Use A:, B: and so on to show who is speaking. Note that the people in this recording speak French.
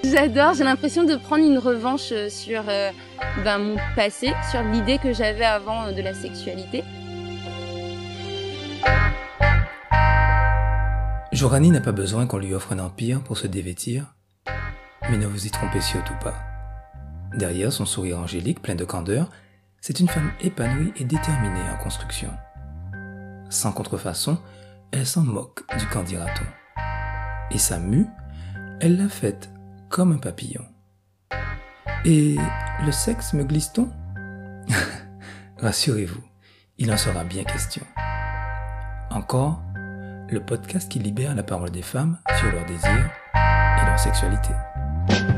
A: J'adore, j'ai l'impression de prendre une revanche sur mon passé, sur l'idée que j'avais avant de la sexualité.
B: Jorani n'a pas besoin qu'on lui offre un empire pour se dévêtir, mais ne vous y trompez surtout pas. Derrière son sourire angélique plein de candeur, c'est une femme épanouie et déterminée en construction. Sans contrefaçon, elle s'en moque du qu'en dira-t-on. Et sa mue, elle l'a faite comme un papillon. Et le sexe, me glisse-t-on? Rassurez-vous, il en sera bien question. Encore, le podcast qui libère la parole des femmes sur leurs désirs et leur sexualité.